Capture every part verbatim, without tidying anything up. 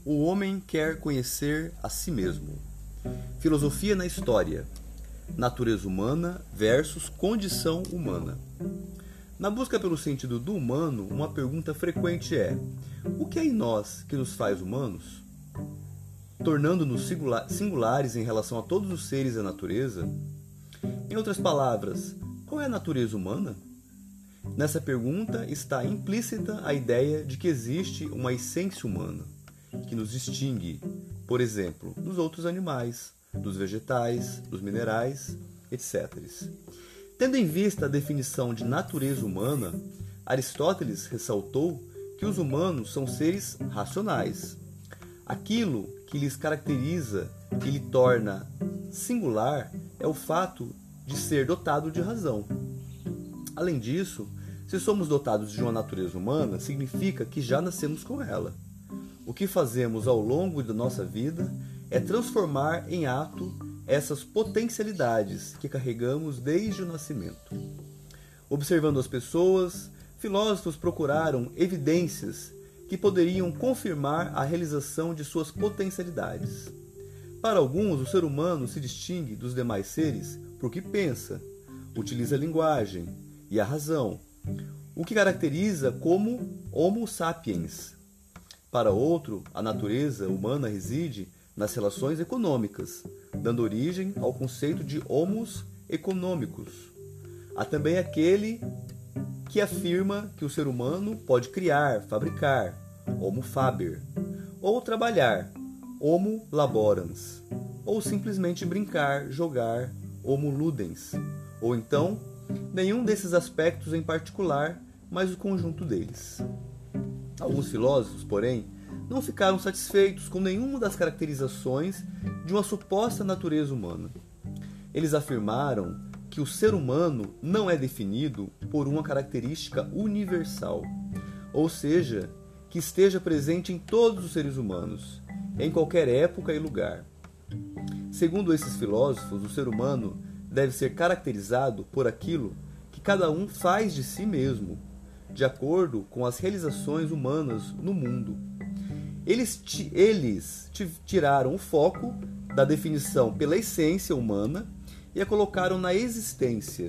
O homem quer conhecer a si mesmo. Filosofia na história. Natureza humana versus condição humana. Na busca pelo sentido do humano, uma pergunta frequente é: o que é em nós que nos faz humanos? Tornando-nos singulares em relação a todos os seres da natureza? Em outras palavras, qual é a natureza humana? Nessa pergunta está implícita a ideia de que existe uma essência humana, que nos distingue, por exemplo, dos outros animais, dos vegetais, dos minerais, etcétera. Tendo em vista a definição de natureza humana, Aristóteles ressaltou que os humanos são seres racionais. Aquilo que lhes caracteriza e lhe torna singular é o fato de ser dotado de razão. Além disso, se somos dotados de uma natureza humana, significa que já nascemos com ela. O que fazemos ao longo da nossa vida é transformar em ato essas potencialidades que carregamos desde o nascimento. Observando as pessoas, filósofos procuraram evidências que poderiam confirmar a realização de suas potencialidades. Para alguns, o ser humano se distingue dos demais seres porque pensa, utiliza a linguagem e a razão, o que caracteriza como Homo sapiens. Para outro, a natureza humana reside nas relações econômicas, dando origem ao conceito de homos econômicos. Há também aquele que afirma que o ser humano pode criar, fabricar, homo faber, ou trabalhar, homo laborans, ou simplesmente brincar, jogar, homo ludens, ou então nenhum desses aspectos em particular, mas o conjunto deles. Alguns filósofos, porém, não ficaram satisfeitos com nenhuma das caracterizações de uma suposta natureza humana. Eles afirmaram que o ser humano não é definido por uma característica universal, ou seja, que esteja presente em todos os seres humanos, em qualquer época e lugar. Segundo esses filósofos, o ser humano deve ser caracterizado por aquilo que cada um faz de si mesmo, de acordo com as realizações humanas no mundo. Eles, eles tiraram o foco da definição pela essência humana e a colocaram na existência.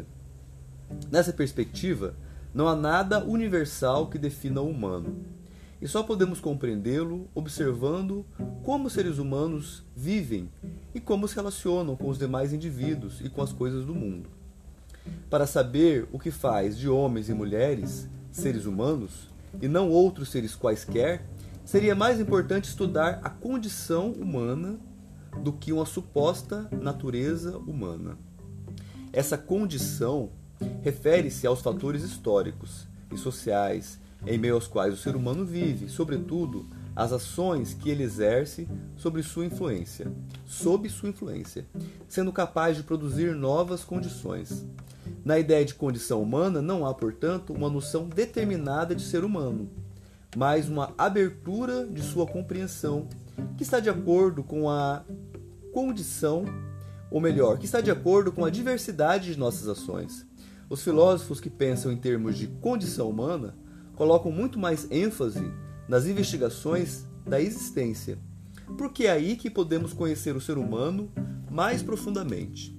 Nessa perspectiva, não há nada universal que defina o humano, e só podemos compreendê-lo observando como os seres humanos vivem e como se relacionam com os demais indivíduos e com as coisas do mundo. Para saber o que faz de homens e mulheres seres humanos, e não outros seres quaisquer, seria mais importante estudar a condição humana do que uma suposta natureza humana. Essa condição refere-se aos fatores históricos e sociais em meio aos quais o ser humano vive, sobretudo as ações que ele exerce sobre sua influência, sob sua influência, sendo capaz de produzir novas condições. Na ideia de condição humana não há, portanto, uma noção determinada de ser humano, mas uma abertura de sua compreensão que está de acordo com a condição, ou melhor, que está de acordo com a diversidade de nossas ações. Os filósofos que pensam em termos de condição humana colocam muito mais ênfase nas investigações da existência, porque é aí que podemos conhecer o ser humano mais profundamente.